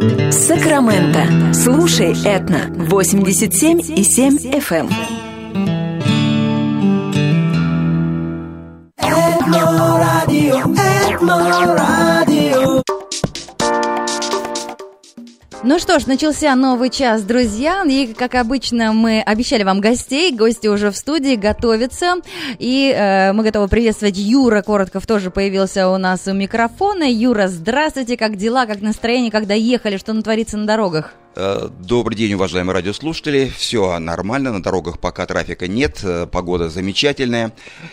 Сакраменто. Слушай Этно 87,7 FM. Этно-радио. Ну что ж, начался новый час, друзья, и, как обычно, мы обещали вам гостей, гости уже в студии, готовятся, и мы готовы приветствовать. Юра Коротков тоже появился у нас у микрофона. Юра, здравствуйте, как дела, как настроение, как доехали, что натворится на дорогах? Добрый день, уважаемые радиослушатели. Все нормально, на дорогах пока трафика нет, погода замечательная.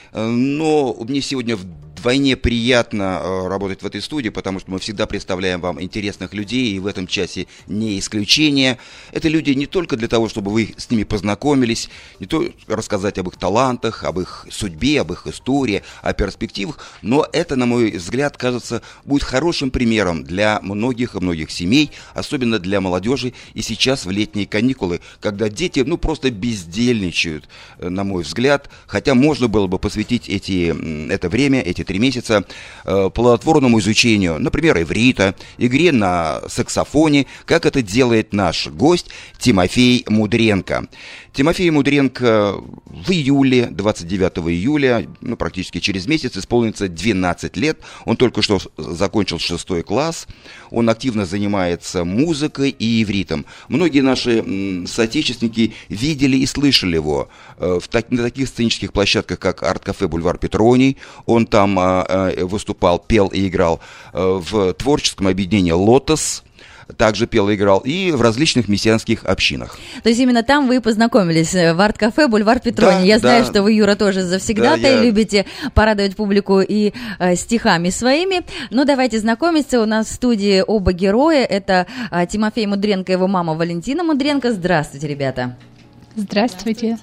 Но мне сегодня вдвойне приятно работать в этой студии, потому что мы всегда представляем вам интересных людей, и в этом часе не исключение. Это люди не только для того, чтобы вы с ними познакомились, не только рассказать об их талантах, об их судьбе, об их истории, о перспективах, но это, на мой взгляд, кажется, будет хорошим примером для многих и многих семей, особенно для молодежи, и сейчас в летние каникулы, когда дети, просто бездельничают, на мой взгляд, хотя можно было бы посвятить это время, эти 3 месяца, плодотворному изучению, например, иврита, игре на саксофоне, как это делает наш гость Тимофей Мудренко. Тимофей Мудренко в июле, 29 июля, практически через месяц, исполнится 12 лет. Он только что закончил 6 класс. Он активно занимается музыкой и ивритом. Многие наши соотечественники видели и слышали его на таких сценических площадках, как арт-кафе «Бульвар Петроний». Он там выступал, пел и играл в творческом объединении «Лотос». Также пел и играл, и в различных мессианских общинах. То есть именно там вы и познакомились, в арт-кафе «Бульвар Петроний». Да, я знаю, что вы, Юра, тоже завсегдатай, любите порадовать публику и стихами своими. Ну, давайте знакомиться. У нас в студии оба героя. Это Тимофей Мудренко и его мама Валентина Мудренко. Здравствуйте, ребята. Здравствуйте.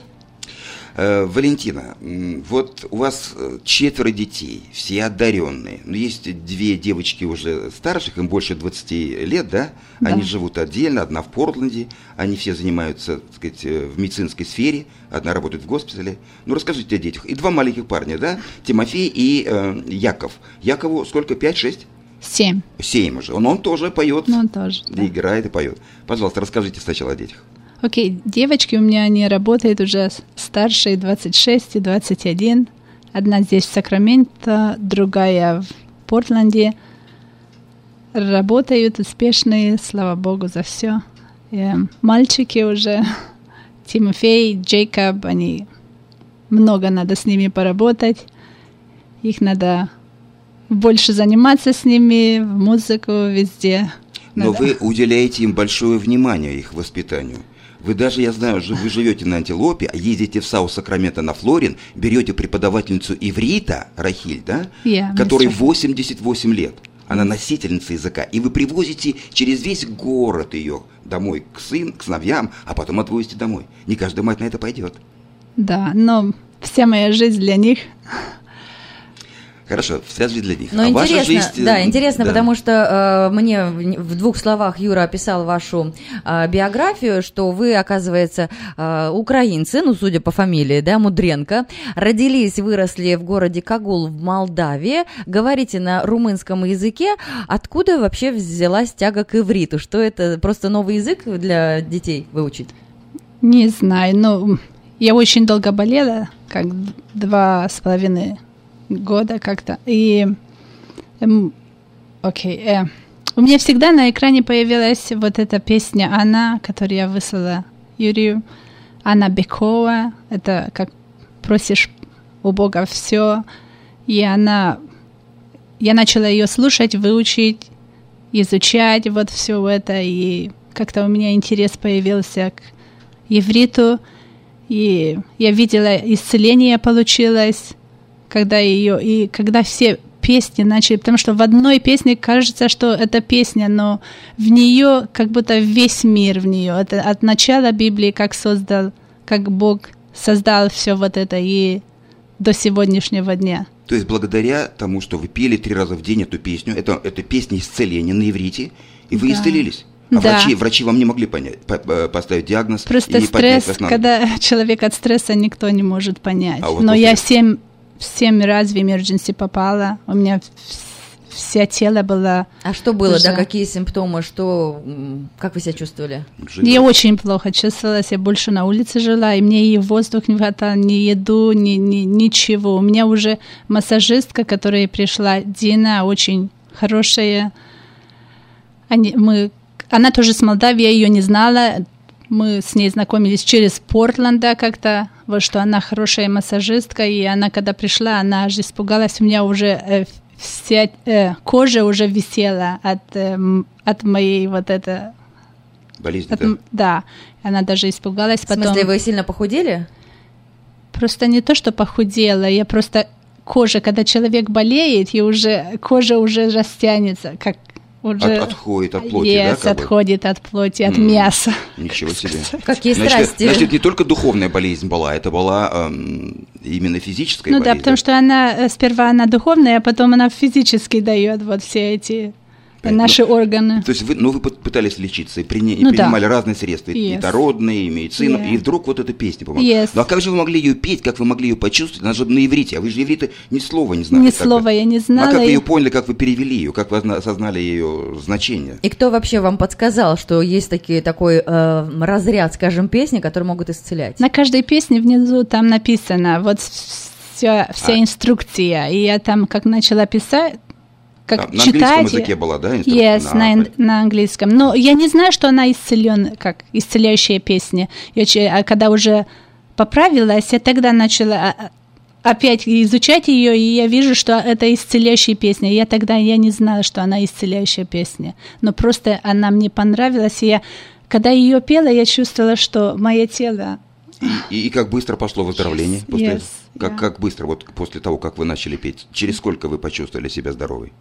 Валентина, вот у вас 4 детей, все одаренные. Но есть 2 девочки уже старших, им больше 20 лет, да? Да. Они живут отдельно, одна в Портленде, они все занимаются, так сказать, в медицинской сфере, одна работает в госпитале. Ну, расскажите о детях. И 2 маленьких парня, да? Тимофей и Яков. Якову сколько, 5-6? 7. 7 уже. Он тоже поет. Он тоже, да. Играет и поет. Пожалуйста, расскажите сначала о детях. Окей, девочки у меня, они работают уже старшие 26 и 21. Одна здесь в Сакраменто, другая в Портленде. Работают успешные, слава Богу, за все. Мальчики уже, Тимофей, Джейкоб, они много надо с ними поработать. Их надо больше заниматься с ними, в музыку, везде. Но вы уделяете им большое внимание, их воспитанию. Вы даже, я знаю, вы живете на Антилопе, ездите в Саус-Сакраменто на Флорин, берете преподавательницу иврита, Рахиль, да? Которой 88 лет. Она носительница языка. И вы привозите через весь город ее домой к сыновьям, а потом отвозите домой. Не каждая мать на это пойдет. Да, но вся моя жизнь для них. Хорошо, вся жизнь для них. Но интересно, жизнь, интересно, да. Потому что мне в 2 словах Юра описал вашу биографию, что вы, оказывается, украинцы, судя по фамилии, да, Мудренко, родились, выросли в городе Кагул в Молдавии, говорите на румынском языке. Откуда вообще взялась тяга к ивриту? Что это, просто новый язык для детей выучить? Не знаю, но я очень долго болела, как 2,5 года как-то. И у меня всегда на экране появилась вот эта песня «Анна», которую я выслала Юрию. Анна Бекова. Это как просишь у Бога все. И я начала ее слушать, выучить, изучать вот все это. И как-то у меня интерес появился к ивриту. И я видела, исцеление получилось, когда все песни начали, потому что в одной песне кажется, что это песня, но в нее как будто весь мир в нее. Это от начала Библии, как Бог создал все вот это и до сегодняшнего дня. То есть благодаря тому, что вы пели 3 раза в день эту песню, это песня исцеления на иврите, и вы исцелились. А врачи вам не могли поставить диагноз. Просто стресс, когда человек от стресса, никто не может понять. Но я 7 раз в emergency попала. У меня вся тело было... А что было, уже... да, какие симптомы, что, как вы себя чувствовали? Я очень плохо чувствовалась, я больше на улице жила, и мне и воздух не хватало, ни еду, ничего. У меня уже массажистка, которая пришла, Дина, очень хорошая. Она тоже с Молдавии, я ее не знала. Мы с ней знакомились через Портленда как-то, вот что она хорошая массажистка, и она, когда пришла, она аж испугалась, у меня уже вся кожа уже висела от моей вот этой... Болезни, да? Да, она даже испугалась. В смысле, вы сильно похудели? Просто не то, что похудела, я просто... Кожа, когда человек болеет, и уже кожа уже растянется, как уже... Отходит от плоти, да? Отходит от плоти, от мяса. Ничего себе. Какие страсти. Значит, не только духовная болезнь была, это была именно физическая болезнь. Ну да, потому что она сперва она духовная, а потом она физически дает вот все эти наши органы. То есть вы пытались лечиться и принимали разные средства, и народные, и медицину, и вдруг вот эта песня помогла. Ну а как же вы могли ее петь, как вы могли ее почувствовать? Она же на иврите, а вы же иврита ни слова не знали. Ни слова я не знала. А как вы ее поняли, как вы перевели ее, как вы осознали ее значение? И кто вообще вам подсказал, что есть такой разряд, скажем, песни, которые могут исцелять? На каждой песне внизу там написано вот вся инструкция, и я там как начала писать, как на читать. английском языке была, да? Yes, на английском. Но я не знаю, что она как исцеляющая песня. А когда уже поправилась, я тогда начала опять изучать ее, и я вижу, что это исцеляющая песня. Я не знала, что она исцеляющая песня. Но просто она мне понравилась, и когда ее пела, я чувствовала, что мое тело... И как быстро пошло выздоровление? Как быстро, вот после того, как вы начали петь? Через сколько вы почувствовали себя здоровой?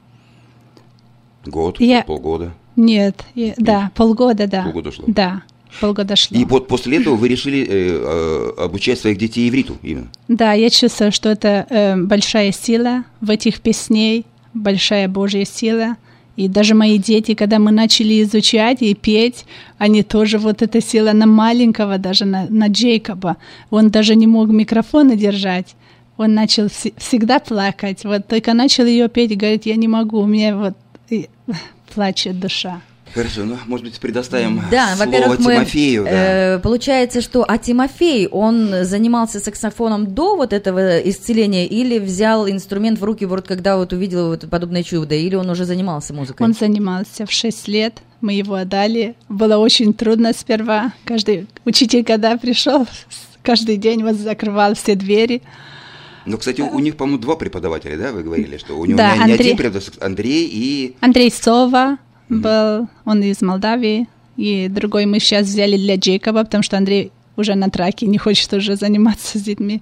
Год? Полгода? Нет, полгода, да. Полгода шло? Да, полгода шло. И вот после этого вы решили обучать своих детей ивриту именно? Да, я чувствую, что это большая сила в этих песнях, большая Божья сила. И даже мои дети, когда мы начали изучать и петь, они тоже вот эта сила на маленького, даже на Джейкоба. Он даже не мог микрофона держать. Он начал всегда плакать. Вот только начал ее петь и говорит, я не могу, у меня вот плачет душа. Хорошо, может быть, предоставим слово Тимофею. Получается, что Тимофей, он занимался саксофоном до вот этого исцеления или взял инструмент в руки, когда вот увидел вот подобное чудо, или он уже занимался музыкой? Он занимался в 6 лет, мы его отдали. Было очень трудно сперва. Каждый учитель, когда пришел, каждый день вот закрывал все двери. Ну, кстати, у них, по-моему, 2 преподавателя, да, вы говорили, что у него не один преподаватель, Андрей и... Андрей Сова был, он из Молдавии, и другой мы сейчас взяли для Джейкоба, потому что Андрей уже на траке, не хочет уже заниматься с детьми.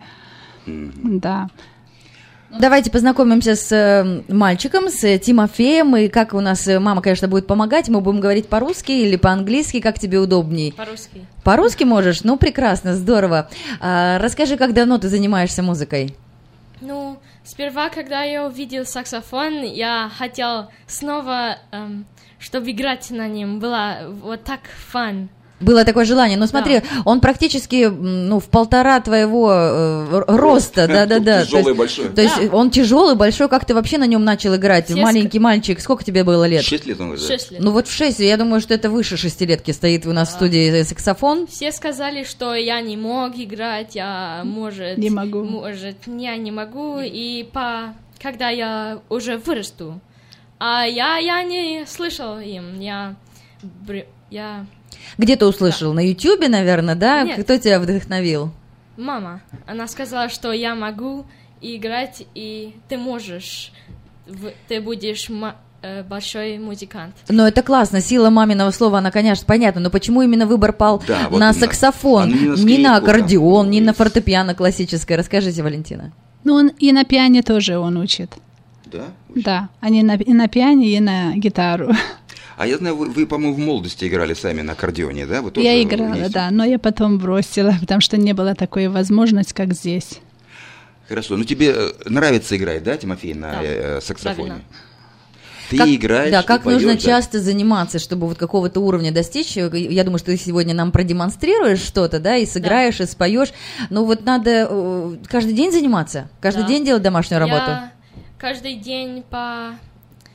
Да. Давайте познакомимся с мальчиком, с Тимофеем, и как у нас мама, конечно, будет помогать, мы будем говорить по-русски или по-английски, как тебе удобней? По-русски. По-русски можешь? Ну, прекрасно, здорово. Расскажи, как давно ты занимаешься музыкой? Ну, сперва, когда я увидел саксофон, я хотел снова, чтобы играть на нем. Было вот так фан. Было такое желание. Но смотри, он практически в 1,5 твоего роста. Да-да-да. Тяжелый, большой. То есть он тяжелый, большой. Как ты вообще на нем начал играть? Маленький мальчик. Сколько тебе было лет? 6 лет он говорит. 6 лет. Ну вот в 6. Я думаю, что это выше 6-летки стоит у нас в студии саксофон. Все сказали, что я не мог играть, я, не могу. Я не могу. И когда я уже вырасту. А я не слышал им. Я... Где ты услышал? На Ютубе, наверное, да? Нет. Кто тебя вдохновил? Мама. Она сказала, что я могу играть, и ты можешь. Ты будешь большой музыкант. Но это классно. Сила маминого слова, она, конечно, понятна. Но почему именно выбор пал на саксофон? Не на аккордеон, не на фортепиано классическое. Расскажите, Валентина. Ну, он и на пиане тоже он учит. Да? Да. Они и на пиане, и на гитару. А я знаю, вы, по-моему, в молодости играли сами на аккордеоне, да? Вы тоже я играла, да, но я потом бросила, потому что не было такой возможности, как здесь. Хорошо, ну тебе нравится играть, да, Тимофей, на саксофоне? Правильно. Ты играешь, да, как поешь, нужно часто заниматься, чтобы вот какого-то уровня достичь. Я думаю, что ты сегодня нам продемонстрируешь что-то, да, и сыграешь, и споешь. Но вот надо каждый день заниматься, каждый день делать домашнюю работу. Каждый день по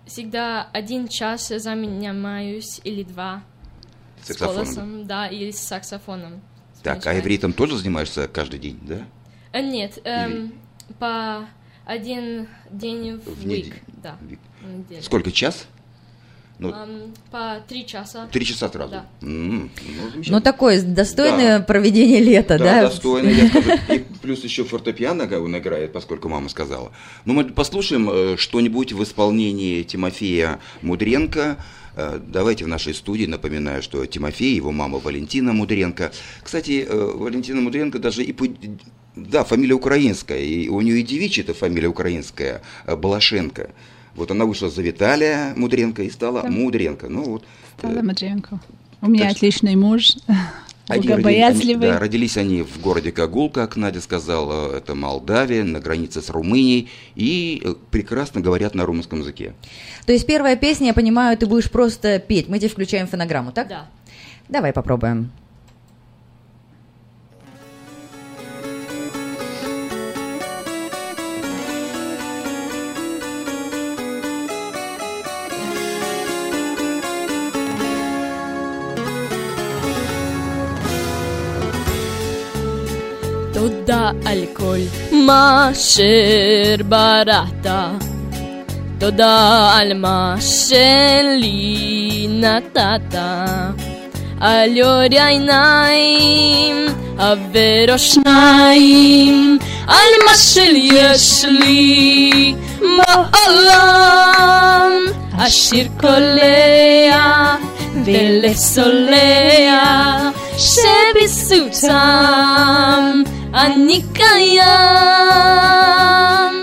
всегда 1 час занимаюсь или 2 с голосом, да, или с саксофоном. Так, а ивритом тоже занимаешься каждый день, да? Нет, по 1 день в week, да. Сколько, час? По 3 часа. 3 часа сразу? Да. Ну, такое достойное проведение лета, да? Да, достойное, я скажу. И плюс еще фортепиано он играет, поскольку мама сказала. Ну, мы послушаем что-нибудь в исполнении Тимофея Мудренко. Давайте в нашей студии, напоминаю, что Тимофей, его мама Валентина Мудренко. Кстати, Валентина Мудренко даже да, фамилия украинская, и у нее и девичья эта фамилия украинская, Балашенко. Вот она вышла за Виталия Мудренко и стала Мудренко. Ну, вот. Стала Мудренко. У меня отличный муж, богобоязливый. Родились они в городе Кагул, как Надя сказала, это Молдавия, на границе с Румынией, и прекрасно говорят на румынском языке. То есть первая песня, я понимаю, ты будешь просто петь, мы тебе включаем фонограмму, так? Да. Давай попробуем. תודה על כל מה שבראת, תודה על מה שלי נתת, על יור עיניים, וראש שניים, על מה שיש לי בעולם, השיר קולע ולסולע, שבזכותם אני קיים.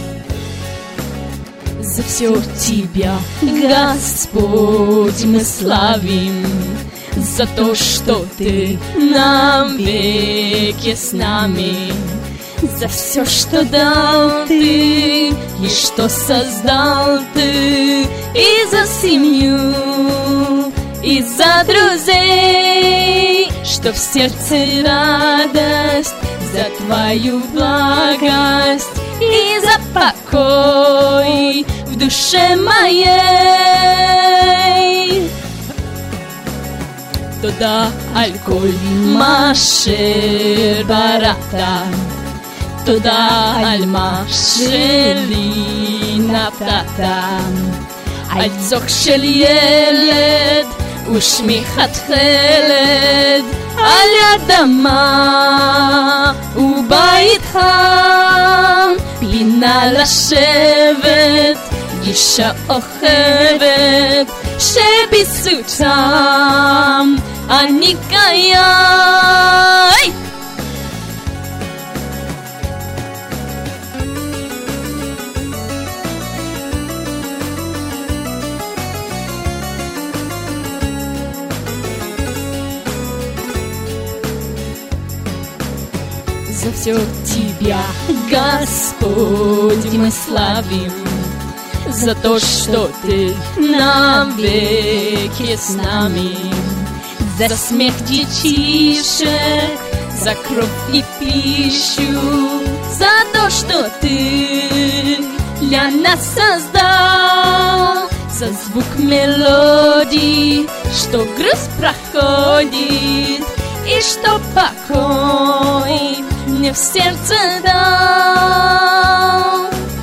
За все тебя, Господь, мы славим, за то, что ты навеки с нами, за все, что дал ты и что создал ты, и за семью, и за друзей, что в сердце радость, за твою благость и за покой в душе моей. תודה על כל מה שבראת, תודה על מה שלי נתת, על צוק של ילד ושמיכת חלד, על אדמה ובית חם, פינה לשבת, גישה אוכבת, שבזכותם אני קיים. За все тебя, Господь, мы славим, за то, что ты навеки с нами, за смех детишек, за кровь и пищу, за то, что ты для нас создал, за звук мелодии, что грусть проходит, и что покой мне в сердце дал.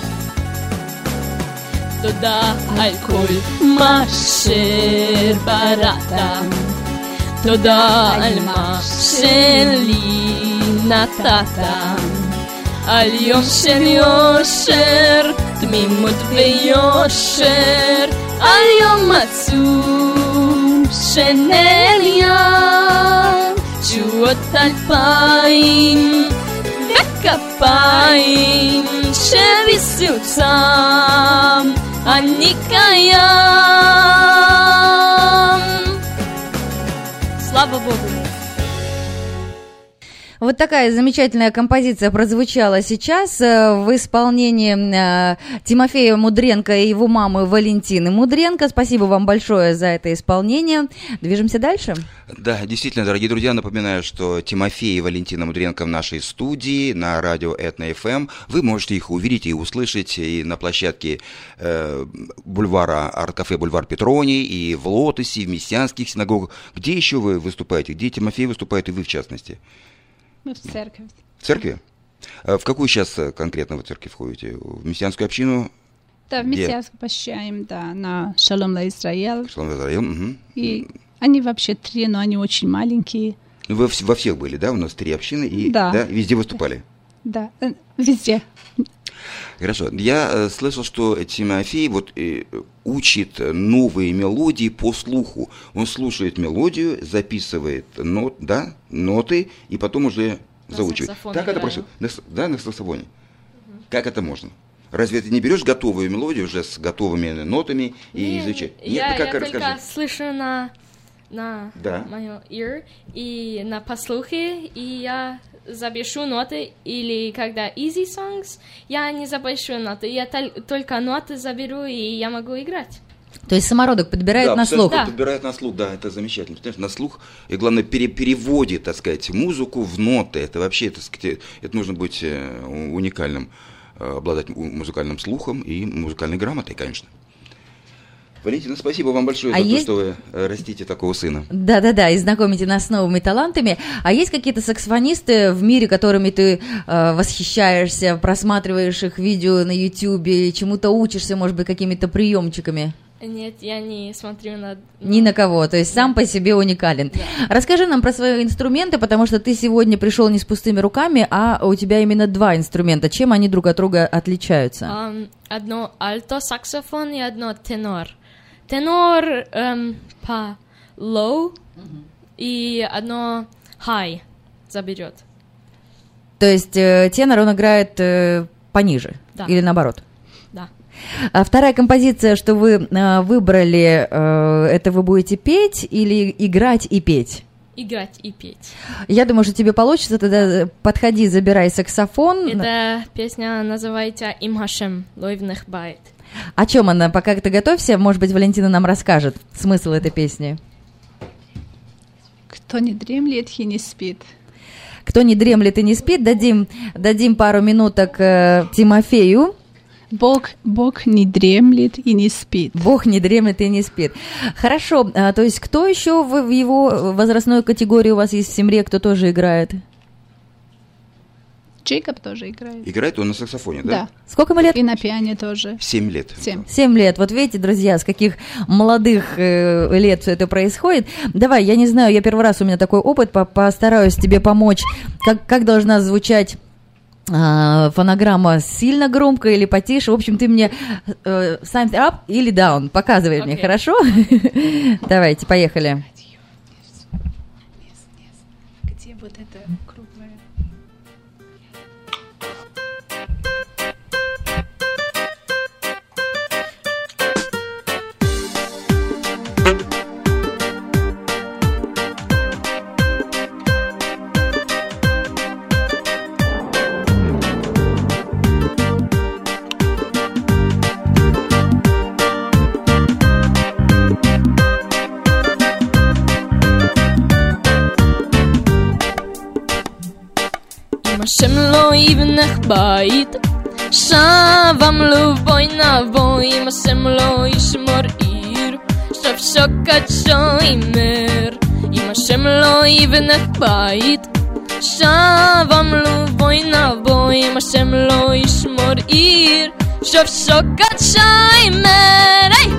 תודה על כל מה שבראת, תודה על מה שלי נתת, על יום של יושר, תמימות ויושר, על יום עצוב שנעלם, תשועות 2000 וכפיים שבזכותם אני קיים. Слава Богу! Вот такая замечательная композиция прозвучала сейчас в исполнении Тимофея Мудренко и его мамы Валентины Мудренко. Спасибо вам большое за это исполнение. Движемся дальше. Да, действительно, дорогие друзья, напоминаю, что Тимофей и Валентина Мудренко в нашей студии на радио Этно-ФМ. Вы можете их увидеть и услышать и на площадке бульвара, арт-кафе «Бульвар Петроний», и в Лотосе, и в мессианских синагогах. Где еще вы выступаете? Где Тимофей выступает и вы в частности? Мы в церкви. В церкви? В какую сейчас конкретно вы церковь входите? В мессианскую общину? Да, в мессианскую посещаем, да, на Шалом ла Исраэль. Шалом ла Исраэль, угу. И они вообще 3, но они очень маленькие. Вы во всех были, да? У нас 3 общины, и да. Да, везде выступали? Да, везде. Хорошо. Я слышал, что Тимофей учит новые мелодии по слуху. Он слушает мелодию, записывает ноты, и потом уже заучивает. Так это происходит? Да, на саксофоне. Угу. Как это можно? Разве ты не берешь готовую мелодию уже с готовыми нотами и изучаешь? Я только слышу на мою ear и на послухе, и я запишу ноты, или когда easy songs, я не запишу ноты, я только ноты заберу, и я могу играть. То есть самородок подбирает на слух? Да, подбирает на слух, да, это замечательно. Понимаешь, на слух, и главное, переводит, так сказать, музыку в ноты. Это вообще, так сказать, это нужно быть уникальным, обладать музыкальным слухом и музыкальной грамотой, конечно. Валентина, спасибо вам большое за то, что вы растите такого сына. Да, и знакомите нас с новыми талантами. А есть какие-то саксофонисты в мире, которыми ты восхищаешься, просматриваешь их видео на Ютьюбе, чему-то учишься, может быть, какими-то приемчиками? Нет, я не смотрю на... Ни на кого, то есть сам по себе уникален. Да. Расскажи нам про свои инструменты, потому что ты сегодня пришел не с пустыми руками, а у тебя именно 2 инструмента. Чем они друг от друга отличаются? Одно альто-саксофон и одно тенор. Тенор по low, и одно high заберет. То есть тенор, он играет пониже, да. Или наоборот? Да. А вторая композиция, что вы выбрали, это вы будете петь или играть и петь? Играть и петь. Я думаю, что тебе получится, тогда подходи, забирай саксофон. Эта песня называется «Им Хашем лойвнех байт». О чем она? Пока ты готовься, может быть, Валентина нам расскажет смысл этой песни. Кто не дремлет и не спит. Кто не дремлет и не спит, дадим пару минуток Тимофею. Бог не дремлет и не спит. Бог не дремлет и не спит. Хорошо, то есть кто еще в его возрастной категории у вас есть в семье, кто тоже играет? Джейкоб тоже играет. Играет он на саксофоне, да? Да. Сколько ему лет? И на пианино тоже. 7 лет. 7 лет. Вот видите, друзья, с каких молодых лет все это происходит. Давай, я не знаю, я первый раз, у меня такой опыт, постараюсь тебе помочь. Как должна звучать фонограмма, сильно громко или потише? В общем, ты мне thumbs up или down показывай мне, хорошо? Давайте, поехали. Где вот это круглое? Hashem lo yivnech bayit Shavam lo boy navoy Hashem lo yishmor ir Shav shokat shoimer Hashem lo yivnech bayit Shavam lo boy navoy Hashem lo yishmor ir Shav shokat shoimer Hey!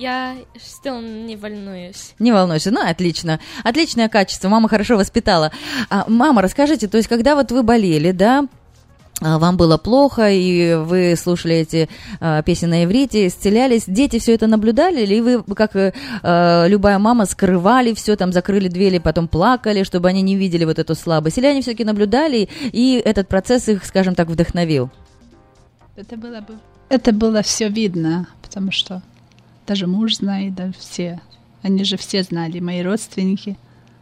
я still не волнуюсь. Не волнуйся, ну, отлично. Отличное качество, мама хорошо воспитала. Мама, расскажите, то есть, когда вот вы болели, да, вам было плохо, и вы слушали эти песни на иврите, исцелялись, дети все это наблюдали, или вы, как любая мама, скрывали все, там, закрыли двери, потом плакали, чтобы они не видели вот эту слабость, или они все-таки наблюдали, и этот процесс их, скажем так, вдохновил? Это было все видно, потому что даже муж знает, да, все, они же все знали, мои родственники.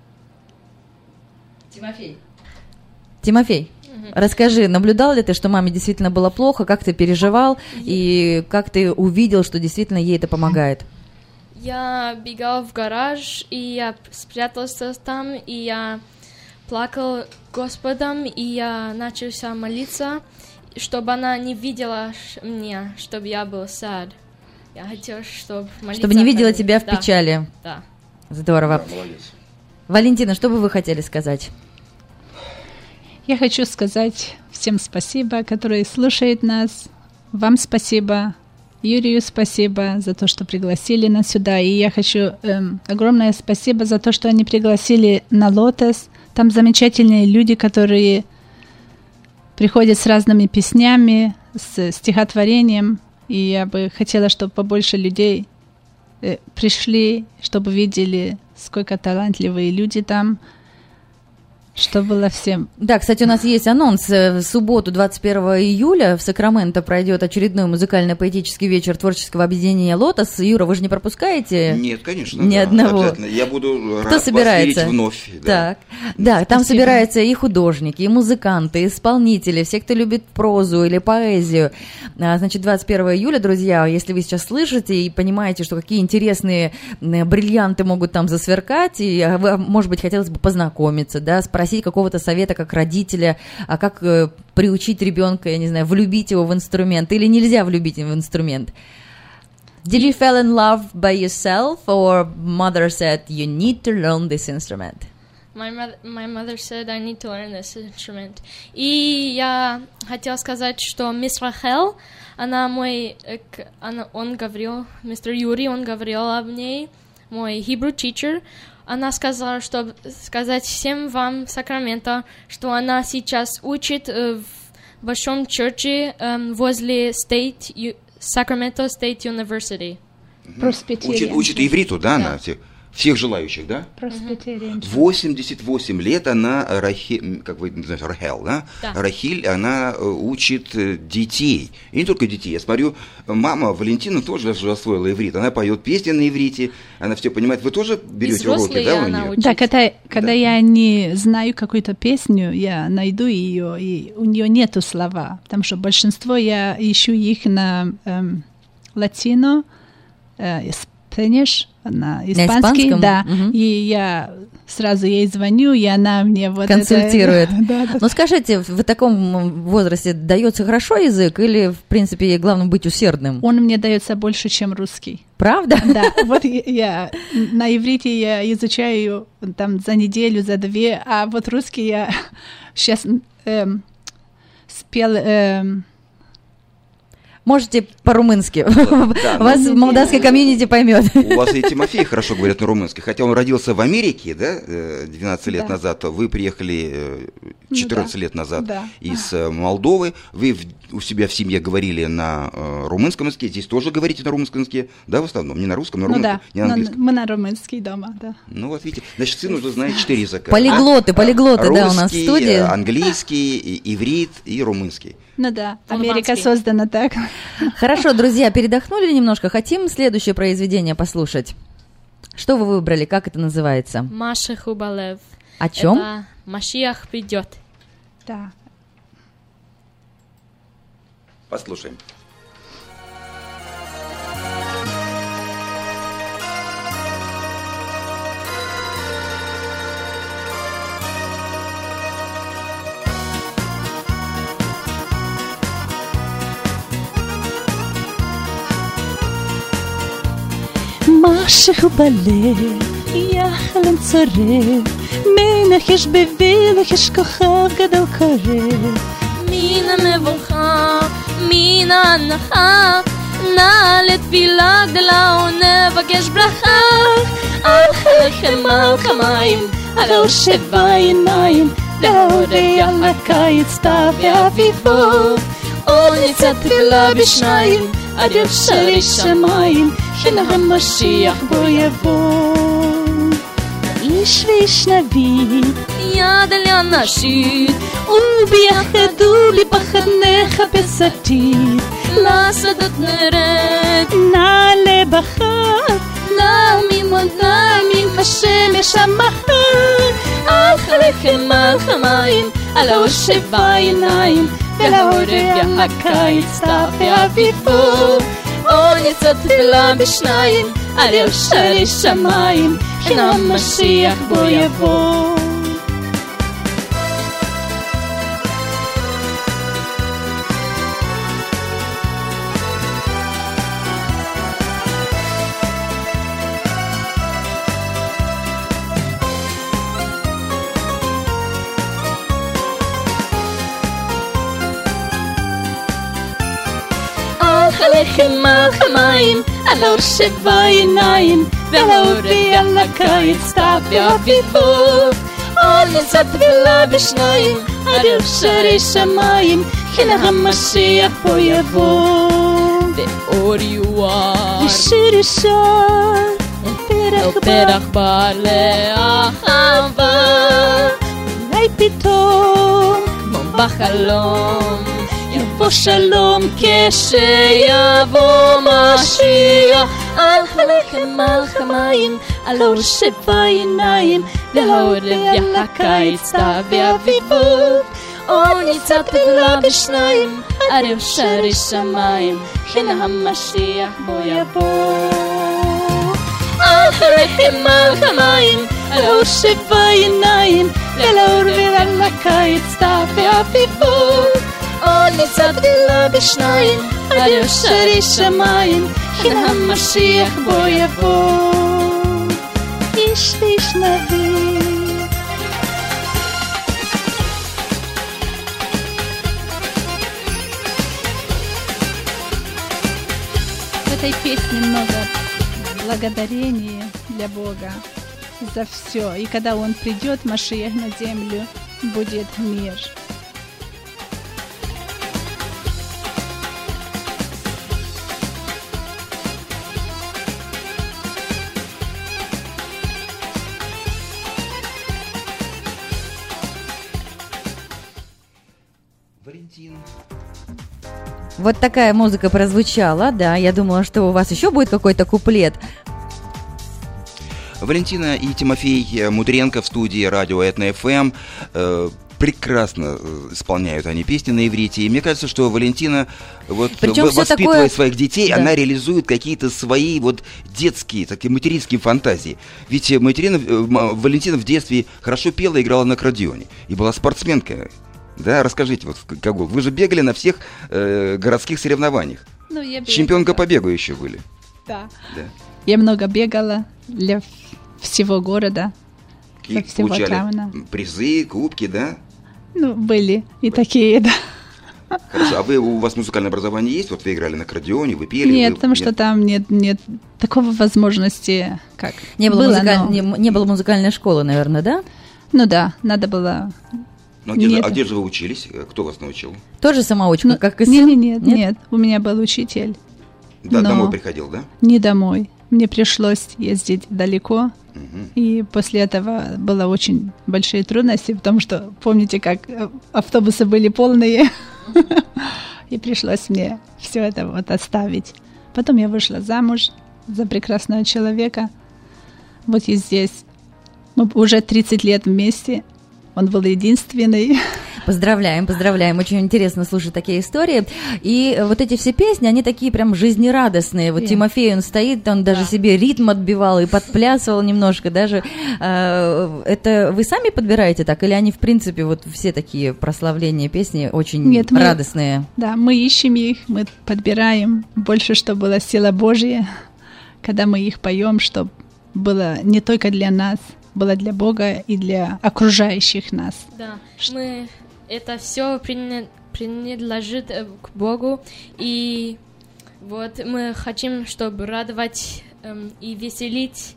Тимофей, расскажи, наблюдал ли ты, что маме действительно было плохо, как ты переживал, и как ты увидел, что действительно ей это помогает? Я бегал в гараж, и я спрятался там, и я плакал Господом, и я начался молиться, чтобы она не видела меня, чтобы я был sad. Я хотел, чтобы молиться... Чтобы не видела тебя в печали. Да. Здорово. Да, молодец. Валентина, что бы вы хотели сказать? Я хочу сказать всем спасибо, которые слушают нас. Вам спасибо. Юрию спасибо за то, что пригласили нас сюда. И я хочу огромное спасибо за то, что они пригласили на Лотос. Там замечательные люди, которые приходят с разными песнями, с стихотворением. И я бы хотела, чтобы побольше людей пришли, чтобы видели, сколько талантливые люди там. Что было всем. Да, кстати, у нас есть анонс. В субботу, 21 июля, в Сакраменто пройдет очередной музыкально-поэтический вечер творческого объединения «Лотос». Юра, вы же не пропускаете? Нет, конечно. Ни одного. Обязательно. Я буду Кто рад собирается? вас видеть вновь. Так. Да, там собираются и художники, и музыканты, и исполнители, все, кто любит прозу или поэзию. Значит, 21 июля, друзья, если вы сейчас слышите и понимаете, что какие интересные бриллианты могут там засверкать, и вы, может быть, хотелось бы познакомиться, да, спросить какого-то совета как родителя, а как приучить ребенка, я не знаю, влюбить его в инструмент, или нельзя влюбить его в инструмент. Did you fall in love by yourself, or mother said you need to learn this instrument? My mother said I need to learn this instrument. И я хотела сказать, что мисс Рахел, он говорил, мистер Юрий, он говорил об ней, мой Hebrew teacher. Она сказала, чтобы сказать всем вам в Сакраменто, что она сейчас учит в большом черче возле Sacramento State University. Учит ивриту, да, она всех желающих, да? 88 лет она, как вы знаете, Рахель, да? Рахиль, она учит детей. И не только детей. Я смотрю, мама Валентина тоже освоила иврит. Она поет песни на иврите, она все понимает. Вы тоже берете уроки, да, у нее? Да, когда я не знаю какую-то песню, я найду ее, и у нее нету слова. Потому что большинство я ищу их на латино, на испанский, да, и я сразу ей звоню, и она мне вот консультирует. Да. Но скажите, в таком возрасте дается хорошо язык, или, в принципе, ей главное быть усердным? Он мне дается больше, чем русский. Правда? Да, вот я на иврите я изучаю там за неделю, за две, а вот русский я сейчас спел... Можете по-румынски. Вас молдавское комьюнити поймет. У вас и Тимофей хорошо говорит на румынском. Хотя он родился в Америке, да, 12 лет назад. Вы приехали 14 лет назад из Молдовы. Вы у себя в семье говорили на румынском языке. Здесь тоже говорите на румынском языке, да, в основном? Не на русском, на румынском, не на английском. Мы на румынский дома, да. Ну вот видите, значит, сын уже знает 4 языка. Полиглоты, да, у нас в студии. Английский, иврит и румынский. Ну да, Америка создана так. Хорошо, друзья, передохнули немножко. Хотим следующее произведение послушать. Что вы выбрали? Как это называется? Машех Убалев. О чем? Это Машиах придет. Да. Послушаем. משהו בלב, יחלם צורב, מנח יש בבילך, יש כוכב גדול קורב. מן המבוכה, מן ההנחה, נע לתפילה גדולה ונבח יש ברכה אך עליכם מלחמיים על האור שבע עיניים להורי על הקיץ סתיו ואביבו אור ניצת תפילה בשניים עד ישרי שמיים הנה המשיח בו יבוא איש ואיש נביא יד על יד נשית וביחדו לפחד נחפש עתיד לשדות נרד נעלה בחר נעמים עוד נעמים בשמש המחר אך עליכם מלחמיים על האור שבע עיניים ולהורי הקיץ סתיו ואביבו אור ניצת תפילה בשניים על ישרי שמיים הנה המשיח בו יבוא עליכם מלחמיים על האור שבע עיניים ולהורי על הקיץ סתיו ואביבו אור ניצת תפילה בשניים עד ישרי שמיים הנה המשיח בו יבוא ואור יואר ושיר ישר פרח בעלי אהבה אולי פתאום כמו בחלום יבוא שלום כשיבוא משיח על עליכם מלחמיים על האור שבע עיניים להורי על הקיץ סתיו ואביבו אור ניצת תפילה בשניים עד ישרי שמיים הנה המשיח בו יבוא על עליכם מלחמיים על האור שבע עיניים להורי על הקיץ סתיו ואביבו אור ניצת תפילה בשניים עד ישרי שמיים הנה המשיח בו יבוא איש ואיש נביא В этой песне много благодарения для Бога за все. И когда Он придет, Машиах, на землю, будет мир. Вот такая музыка прозвучала, да, я думала, что у вас еще будет какой-то куплет. Валентина и Тимофей Мудренко в студии радио Этно ФМ. Прекрасно исполняют они песни на иврите. И мне кажется, что Валентина, вот, воспитывая такое... своих детей, да, она реализует какие-то свои вот детские, такие материнские фантазии. Ведь Валентина в детстве хорошо пела и играла на аккордеоне. И была спортсменкой. Да, расскажите, вот, как вы же бегали на всех городских соревнованиях. Ну, я чемпионка по бегу еще были. Да. Я много бегала для всего города. И получали призы, кубки, да? Ну, были и такие, да. Хорошо, а у вас музыкальное образование есть? Вот вы играли на аккордеоне, вы пели? Нет, потому что там нет такого возможности, как не было музыкальной школы, наверное, да? Ну да, надо было... А где же вы учились? Кто вас научил? Тоже самоучка, как и сын? Нет, у меня был учитель. Да, домой приходил, да? Не домой. Мне пришлось ездить далеко, и после этого было очень большие трудности, потому что, помните, как автобусы были полные, и пришлось мне все это вот оставить. Потом я вышла замуж за прекрасного человека, вот и здесь. Мы уже 30 лет вместе. Он был единственный. Поздравляем. Очень интересно слушать такие истории. И вот эти все песни, они такие прям жизнерадостные. Вот Тимофей, он стоит, он даже себе ритм отбивал и подплясывал немножко даже. Это вы сами подбираете так? Или они, в принципе, вот все такие прославления песни очень радостные? Да, мы ищем их, мы подбираем. Больше, чтобы была сила Божья, когда мы их поем, чтобы было не только для нас, было для Бога и для окружающих нас. Да, мы это все принадлежит к Богу, и вот мы хотим, чтобы радовать и веселить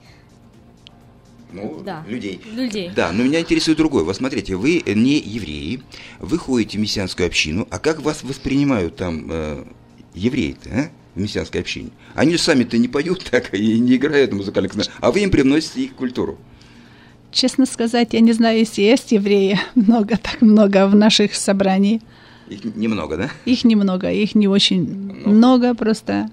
людей. Да, но меня интересует другое. Вот смотрите, вы не евреи, вы ходите в мессианскую общину, а как вас воспринимают там евреи-то, в мессианской общине? Они же сами-то не поют так и не играют на музыкальных инструментах, а вы им привносите их культуру. Честно сказать, я не знаю, если есть евреи много в наших собраниях. Их немного, да? Их немного, их не очень много, просто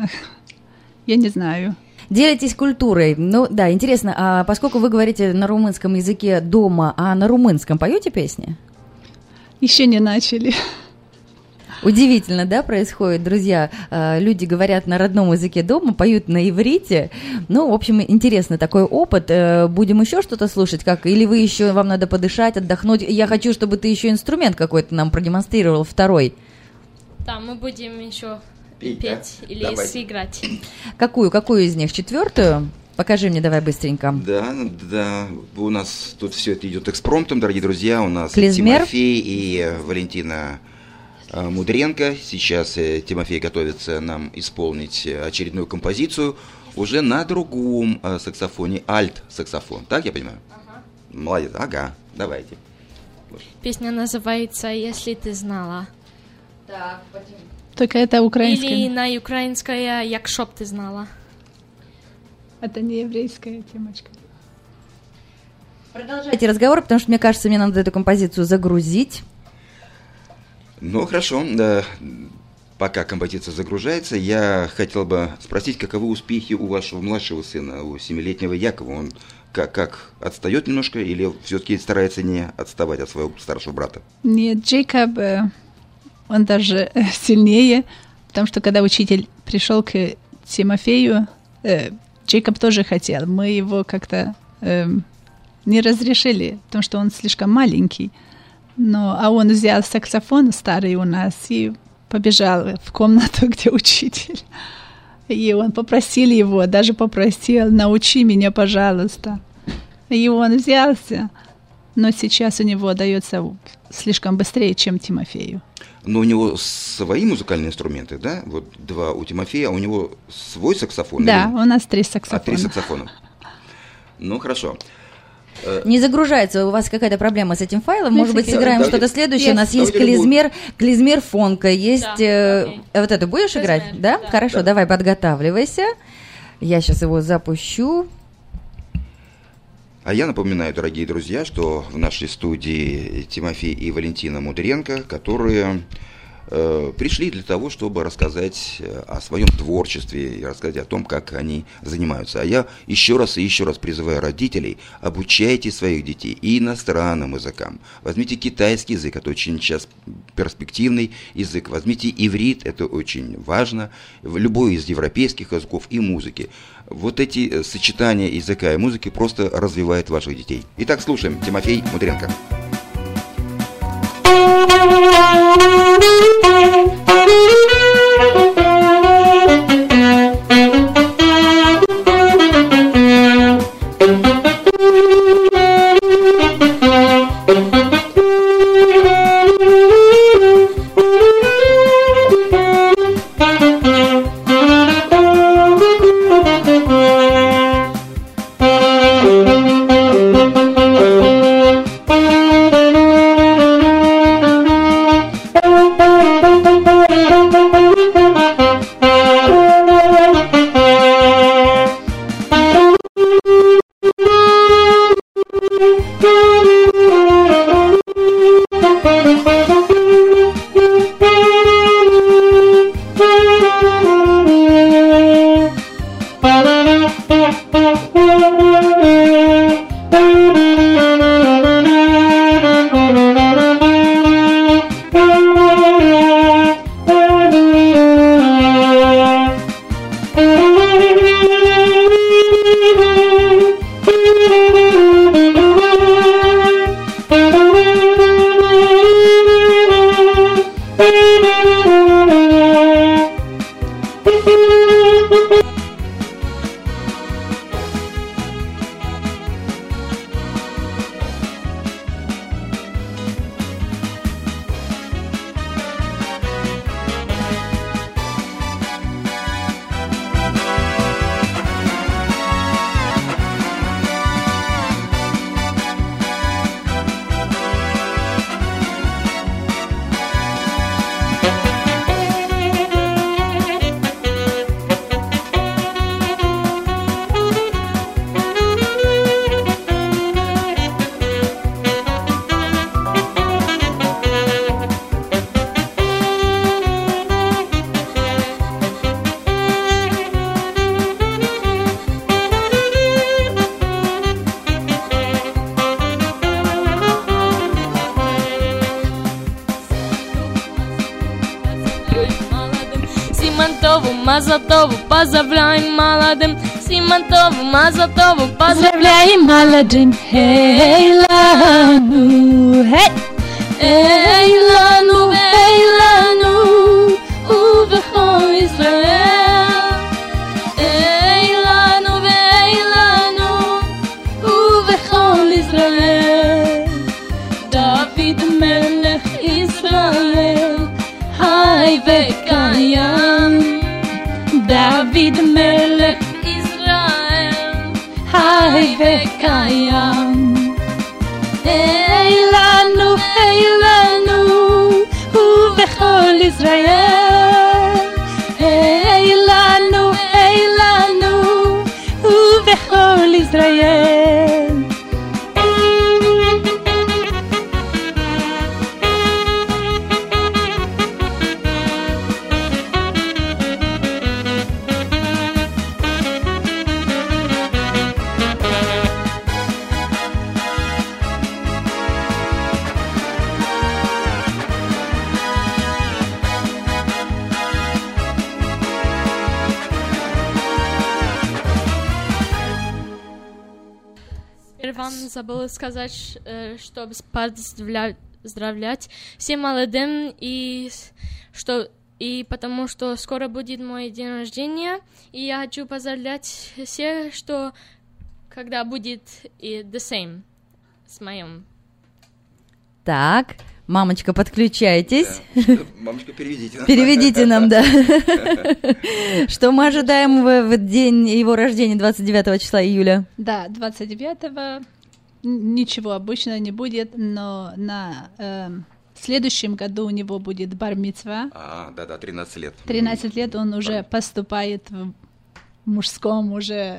я не знаю. Делитесь культурой. Ну да, интересно, а поскольку вы говорите на румынском языке дома, а на румынском поете песни? Еще не начали. Удивительно, да, происходит, друзья. Люди говорят на родном языке дома, поют на иврите. Ну, в общем, интересный такой опыт. Будем еще что-то слушать, как? Или вы еще, вам надо подышать, отдохнуть? Я хочу, чтобы ты еще инструмент какой-то нам продемонстрировал, второй. Да, мы будем еще петь или сыграть. Какую из них? Четвертую? Покажи мне давай быстренько. Да, у нас тут все это идет экспромтом, дорогие друзья. У нас Клизмер. Тимофей и Валентина Мудренко. Сейчас Тимофей готовится нам исполнить очередную композицию уже на другом саксофоне, альт-саксофон. Так я понимаю? Ага. Молодец, ага, давайте. Песня называется «Если ты знала». Так, только это украинская. Или на украинское «Якшоп ты знала». Это не еврейская темочка. Продолжайте разговор, потому что, мне кажется, мне надо эту композицию загрузить. Ну, хорошо. Да. Пока композиция загружается, я хотел бы спросить, каковы успехи у вашего младшего сына, у 7-летнего Якова? Он как отстает немножко или все-таки старается не отставать от своего старшего брата? Нет, Джейкоб, он даже сильнее, потому что когда учитель пришел к Тимофею, Джейкоб тоже хотел. Мы его как-то не разрешили, потому что он слишком маленький. А он взял саксофон старый у нас и побежал в комнату, где учитель. И он попросил его, даже попросил: научи меня, пожалуйста. И он взялся, но сейчас у него дается слишком быстрее, чем Тимофею. Но у него свои музыкальные инструменты, да? Вот два у Тимофея, а у него свой саксофон? Да, или... у нас 3 саксофона. 3 саксофона. Ну, хорошо. Не загружается, у вас какая-то проблема с этим файлом? Может быть, сыграем что-то следующее? У нас есть клизмер фонка, есть... Вот это будешь играть? Да? Хорошо, давай, подготавливайся. Я сейчас его запущу. А я напоминаю, дорогие друзья, что в нашей студии Тимофей и Валентина Мудренко, которые пришли для того, чтобы рассказать о своем творчестве и рассказать о том, как они занимаются. А я еще раз призываю родителей: обучайте своих детей и иностранным языкам. Возьмите китайский язык, это очень сейчас перспективный язык. Возьмите иврит, это очень важно. Любой из европейских языков и музыки. Вот эти сочетания языка и музыки просто развивают ваших детей. Итак, слушаем. Тимофей Мудренко. Мазатову, поздравляем молодым. Симонтову, Мазатову, поздравляем молодым. Эйлану, Эйлану, Эйлану, ובכל ישראל. Эйлану, Эйлану, ובכל ישראל. דוד מלך ישראל, חי וקיים. דוד מלך ישראל, חי וקיים. אילנו, אילנו, ובכל ישראל. אילנו, אילנו, ובכל ישראל. Вам забыла сказать, чтобы поздравлять всем молодым и потому что скоро будет мой день рождения, и я хочу поздравлять всех, что когда будет и the same с моим. Так, мамочка, подключайтесь. Да. Мамочка, переведите нам. Переведите нам, да. Что мы ожидаем в день его рождения, 29 числа июля? Да, 29-го ничего обычного не будет, но на следующем году у него будет бар-мицва. Да, 13 лет. 13 лет он уже поступает в мужском уже.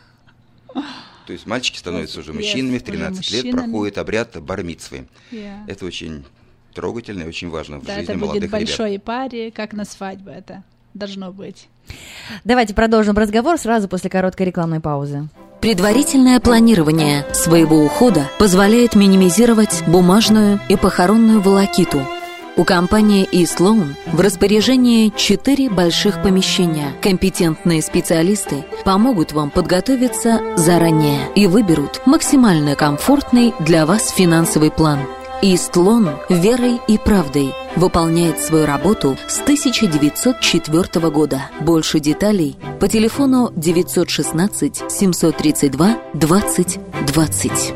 То есть мальчики становятся уже мужчинами, в 13 лет проходит обряд бар-мицвы. Это очень трогательно и очень важно в жизни молодых ребят. Это будет большой паре, как на свадьбе это должно быть. Давайте продолжим разговор сразу после короткой рекламной паузы. Предварительное планирование своего ухода позволяет минимизировать бумажную и похоронную волокиту. У компании East Loan в распоряжении 4 больших помещения. Компетентные специалисты помогут вам подготовиться заранее и выберут максимально комфортный для вас финансовый план. East Loan верой и правдой выполняет свою работу с 1904 года. Больше деталей по телефону 916 732 20 20.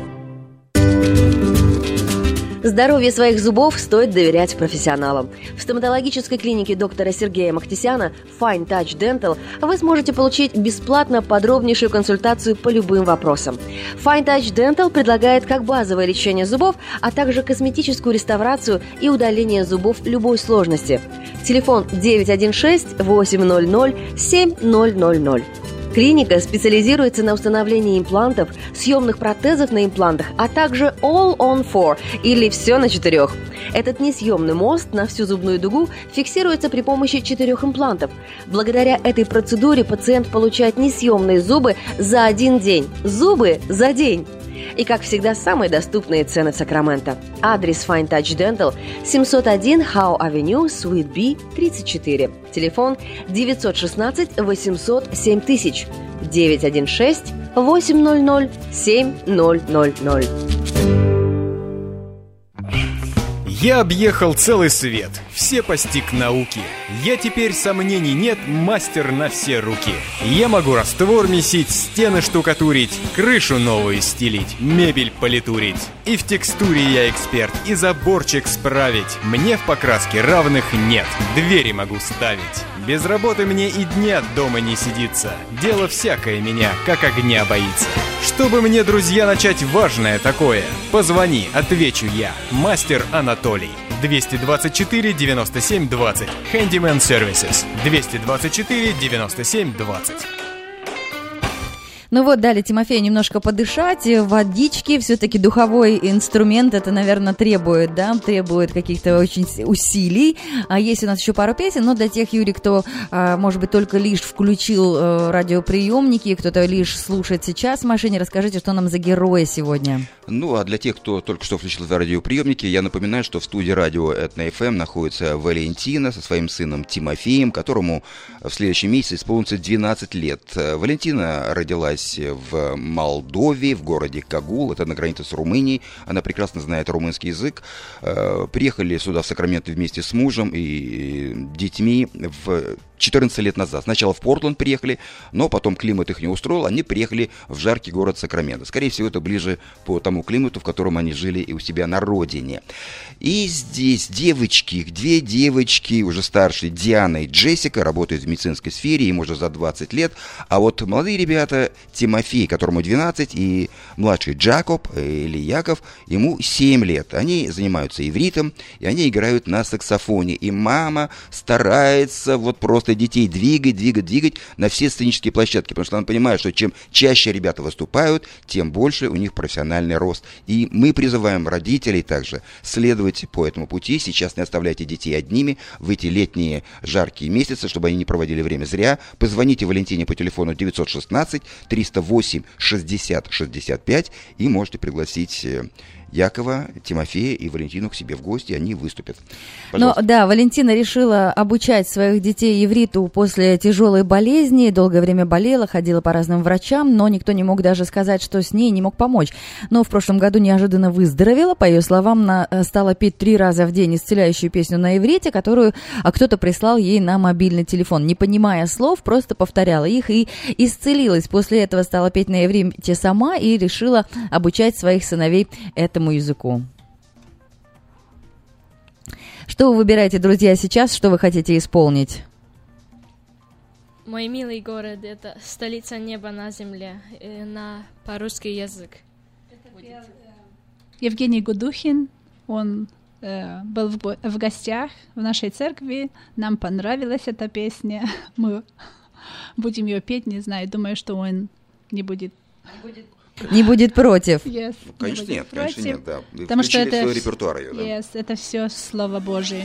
Здоровье своих зубов стоит доверять профессионалам. В стоматологической клинике доктора Сергея Махтисяна Fine Touch Dental вы сможете получить бесплатно подробнейшую консультацию по любым вопросам. Fine Touch Dental предлагает как базовое лечение зубов, а также косметическую реставрацию и удаление зубов любой сложности. Телефон 916-800-7000. Клиника специализируется на установлении имплантов, съемных протезов на имплантах, а также All on 4 или все на 4. Этот несъемный мост на всю зубную дугу фиксируется при помощи 4 имплантов. Благодаря этой процедуре пациент получает несъемные зубы за 1 день. Зубы за день! И, как всегда, самые доступные цены в Сакраменто. Адрес Fine Touch Dental 701 Howe Avenue, Suite B, 34. Телефон 916-800-7000. 916-800-7000. Я объехал целый свет, все постиг науки. Я теперь, сомнений нет, мастер на все руки. Я могу раствор месить, стены штукатурить, крышу новую стелить, мебель политурить. И в текстуре я эксперт, и заборчик справить. Мне в покраске равных нет, двери могу ставить. Без работы мне и дня дома не сидится. Дело всякое меня, как огня боится. Чтобы мне, друзья, начать важное такое, позвони, отвечу я. Мастер Анатолий. 224 97 20. Handyman Services. 224 97 20. Ну вот, дали Тимофею немножко подышать, водички, все-таки духовой инструмент, это, наверное, требует каких-то очень усилий. А есть у нас еще пару песен, но для тех, Юрий, кто, может быть, только лишь включил радиоприемники, кто-то лишь слушает сейчас в машине, расскажите, что нам за герои сегодня. Ну, а для тех, кто только что включил радиоприемники, я напоминаю, что в студии радио Этно ФМ находится Валентина со своим сыном Тимофеем, которому в следующем месяце исполнится 12 лет. Валентина родилась в Молдове, в городе Кагул, это на границе с Румынией, она прекрасно знает румынский язык. Приехали сюда в Сакраменто вместе с мужем и детьми в 14 лет назад. Сначала в Портленд приехали, но потом климат их не устроил, они приехали в жаркий город Сакраменто. Скорее всего, это ближе по тому климату, в котором они жили и у себя на родине. И здесь девочки, две девочки, уже старшие, Диана и Джессика, работают в медицинской сфере, им уже за 20 лет. А вот молодые ребята, Тимофей, которому 12, и младший Джакоб, или Яков, ему 7 лет. Они занимаются ивритом, и они играют на саксофоне. И мама старается вот просто детей двигать на все сценические площадки, потому что она понимает, что чем чаще ребята выступают, тем больше у них профессиональный рост. И мы призываем родителей также следовать по этому пути. Сейчас не оставляйте детей одними в эти летние жаркие месяцы, чтобы они не проводили время зря. Позвоните Валентине по телефону 916-308-60-65 и можете пригласить Якова, Тимофея и Валентину к себе в гости, они выступят. Пожалуйста. Ну да, Валентина решила обучать своих детей ивриту после тяжелой болезни, долгое время болела, ходила по разным врачам, но никто не мог даже сказать, что с ней, не мог помочь. Но в прошлом году неожиданно выздоровела, по ее словам, стала петь 3 раза в день исцеляющую песню на иврите, которую кто-то прислал ей на мобильный телефон. Не понимая слов, просто повторяла их и исцелилась. После этого стала петь на иврите сама и решила обучать своих сыновей этому языку. Что вы выбираете, друзья, сейчас? Что вы хотите исполнить? Мой милый город — это столица неба на земле, по-русски язык. Евгений Гудухин, он был в гостях в нашей церкви, нам понравилась эта песня, мы будем ее петь, не знаю, думаю, что он не будет против. Yes, ну, конечно, нет, да. Вы потому что это свой репертуар ее, да? Yes, это все Слово Божие.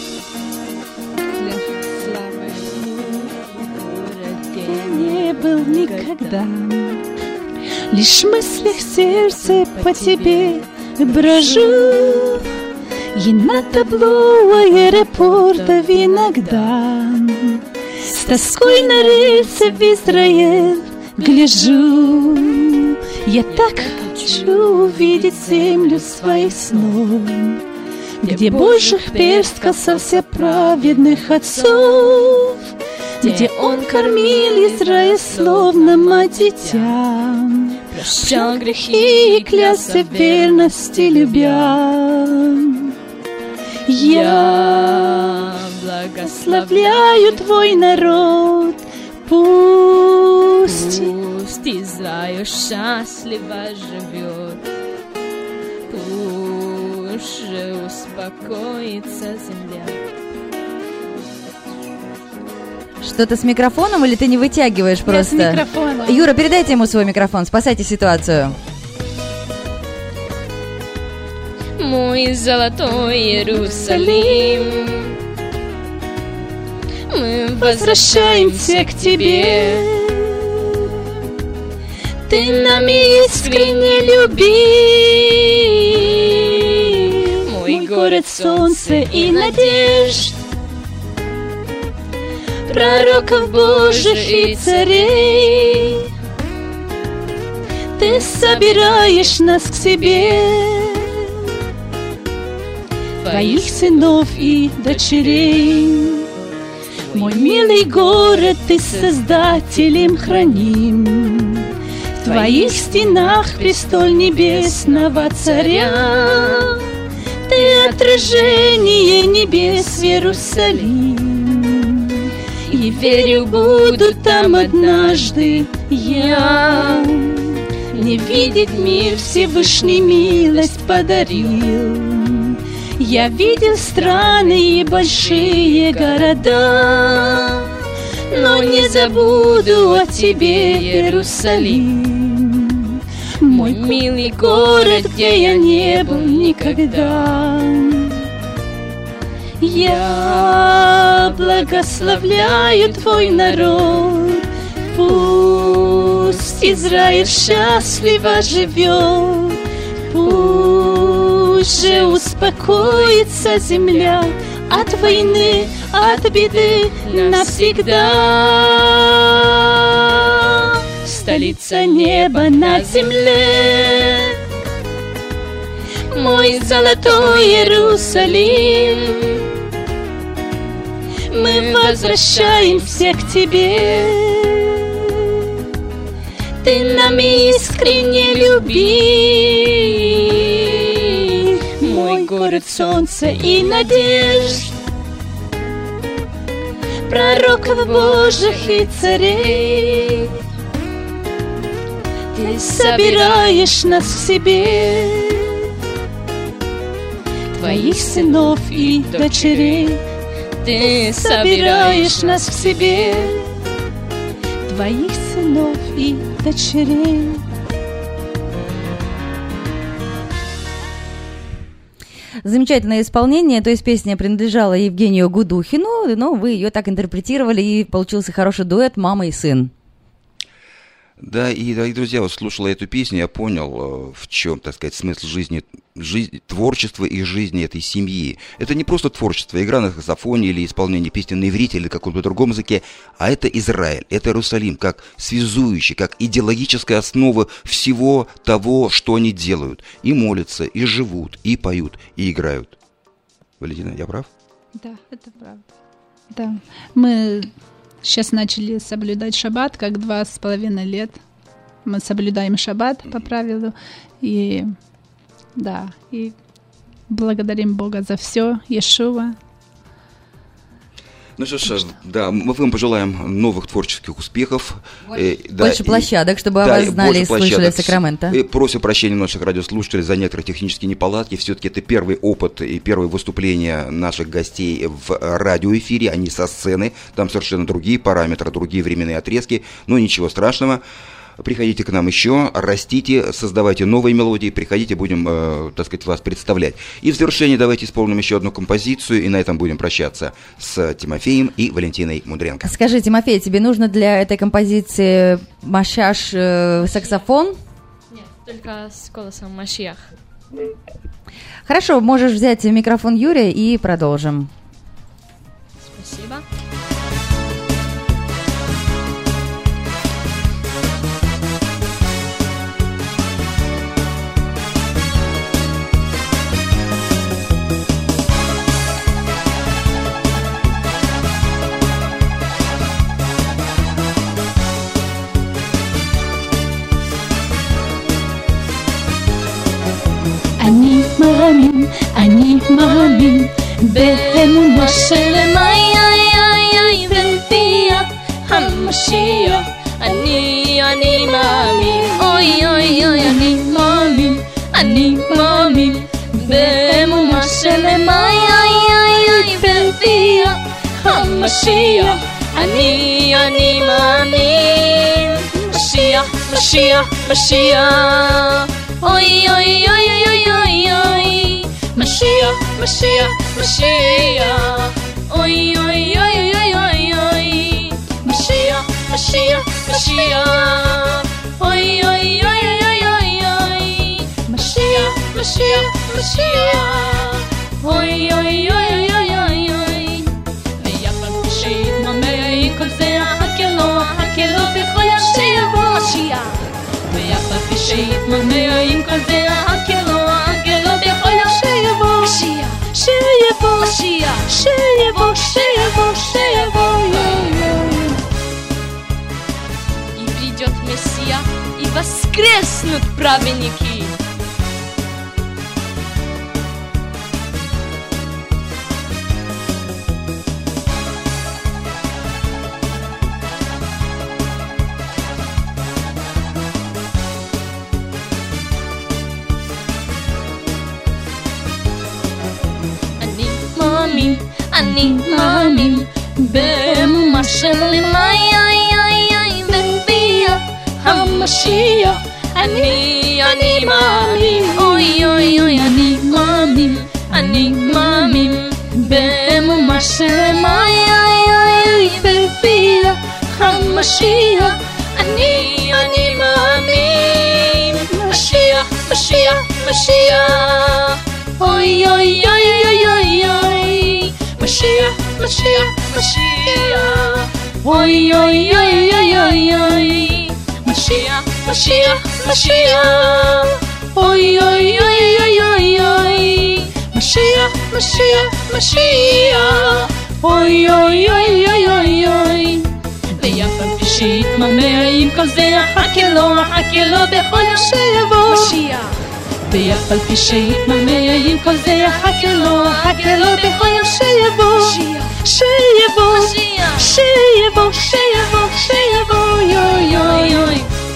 Не был никогда, лишь мысли в сердце по тебе брожу, и на табло аэропортов иногда с тоской на рельсы в Израиль гляжу. Я так хочу увидеть землю своих снов, где Божьих перст касался праведных отцов, где Он кормил Израиль словно мать дитя, прощал грехи и клялся в верности любя. Я благословляю Твой народ, пусть Израиль счастливо живет, пусть же успокоится земля. Что-то с микрофоном или ты не вытягиваешь просто? Я с микрофоном. Юра, передайте ему свой микрофон, спасайте ситуацию. Мой золотой Иерусалим, мы возвращаемся к Тебе. Ты нами искренне любим, мой город солнца и надежд, пророков Божьих и царей. Ты собираешь нас к себе, Твоих сынов и дочерей. Мой милый город, Ты создателем храним, в Твоих стенах престол небесного царя. Ты отражение небес в Иерусалим, и верю, буду там однажды я. Мне видеть мир Всевышний милость подарил. Я видел страны и большие города, но не забуду о тебе, Иерусалим, мой милый город, где я не был никогда. Я благословляю твой народ, пусть Израиль счастливо живет, пусть же успокоится земля от войны, от беды навсегда. Столица неба над землей, мой золотой Иерусалим, мы возвращаемся к тебе. Ты нами искренне люби, мой город солнца и надежд, пророков Божьих и царей. Ты собираешь нас к себе, твоих сынов и дочерей. Ты собираешь нас к себе, твоих сынов и дочерей. Замечательное исполнение, то есть песня принадлежала Евгению Гудухину, но вы ее так интерпретировали, и получился хороший дуэт «Мама и сын». Да, и, дорогие друзья, вот слушала эту песню, я понял, в чем, так сказать, смысл жизни, творчества и жизни этой семьи. Это не просто творчество, игра на саксофоне или исполнение песни на иврите или каком-то другом языке, а это Израиль, это Иерусалим, как связующий, как идеологическая основа всего того, что они делают. И молятся, и живут, и поют, и играют. Валентина, я прав? Да, это правда. Да, мы сейчас начали соблюдать шаббат, как 2,5 лет. Мы соблюдаем шаббат по правилу. И да, и благодарим Бога за все, Иешуа. Ну что ж, да, мы вам пожелаем новых творческих успехов. Больше площадок, чтобы о вас знали и слышали в Сакраменто. Просим прощения наших радиослушателей за некоторые технические неполадки. Все-таки это первый опыт и первое выступление наших гостей в радиоэфире, а не со сцены. Там совершенно другие параметры, другие временные отрезки. Но ничего страшного. Приходите к нам еще, растите, создавайте новые мелодии, приходите, будем, так сказать, вас представлять. И в завершении давайте исполним еще одну композицию, и на этом будем прощаться с Тимофеем и Валентиной Мудренко. Скажи, Тимофей, тебе нужно для этой композиции Машаш саксофон? Нет, только с голосом Машиах. Хорошо, можешь взять микрофон Юрия и продолжим. Спасибо. אני מאמין באמונה שלמה ונביאה המשיח. אני מאמין, אוי אוי אוי, אני מאמין באמונה שלמה ונביאה המשיח. אני מאמין, משיח משיח משיח, אוי אוי אוי אוי אוי אוי, משיח משיח משיח, אוי אוי אוי אוי אוי אוי, משיח משיח משיח, אוי אוי אוי אוי אוי אוי, משיח משיח משיח, אוי אוי אוי אוי אוי אוי, ויחד שיתממא כל זה החכלו בכל שיבוא משיח, ויחד שיתממא כל זה החכלו בכל שיבוא משיח, שיבוא משיח, שיבוא שיבוא שיבוא. И придет Мессия, и воскреснут праведники. אני מאמין באמונה Mashiach Befia HaMashiach אני מאמין אוי אוי אוי אני מאמין באמונה שלמאי בפייה המשיח אני מאמין משיח משיח משיח אוי אוי אוי אוי אוי אוי משיח משיח משיח אוי אוי אוי אוי אוי אוי משיח משיח משיח אוי אוי אוי אוי אוי אוי משיח משיח משיח אוי אוי אוי אוי אוי אוי ויף על פי שיתממע עם כל זה אחכה לו בכל יום שיבוא משיח ויף על פי שיתממע עם כל זה אחכה לו בכל יום שיבוא שיבוא שיבוא שיבוא שיבוא יוי יוי יוי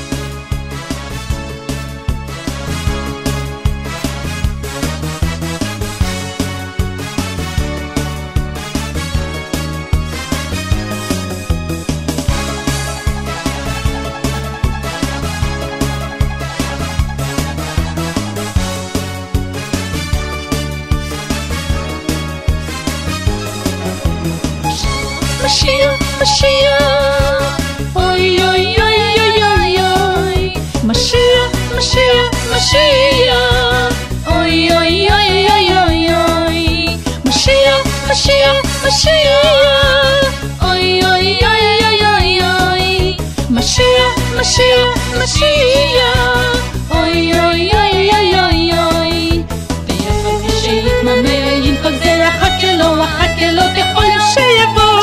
Mashiach, Mashiach, oy oy oy oy oy oy, Mashiach, Mashiach, Mashiach, oy oy oy oy oy oy, Mashiach, Mashiach, Mashiach, oy oy oy oy oy oy, Mashiach, Mashiach, Mashiach, oy oy oy oy oy oy, ויפל שיתממע עם כל זה אחכה לו בכל יום שיבוא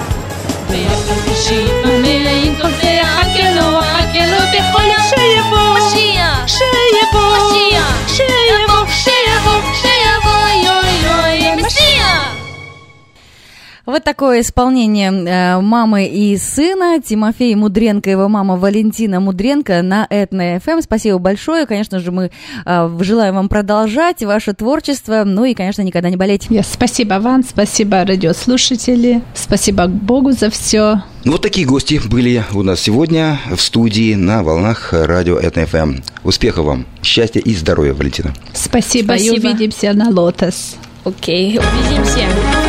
שיתממע עם כל זה אחכה לו בכל יום שיבוא שיבוא יוי יוי משיח. Вот такое исполнение мамы и сына Тимофей Мудренко и его мама Валентина Мудренко на Этно-ФМ. Спасибо большое. Конечно же, мы желаем вам продолжать ваше творчество, ну и, конечно, никогда не болеть. Спасибо вам, спасибо радиослушатели, спасибо Богу за все. Ну, вот такие гости были у нас сегодня в студии на волнах радио Этно-ФМ. Успехов вам, счастья и здоровья, Валентина. Спасибо. И увидимся на Лотос. Окей, увидимся.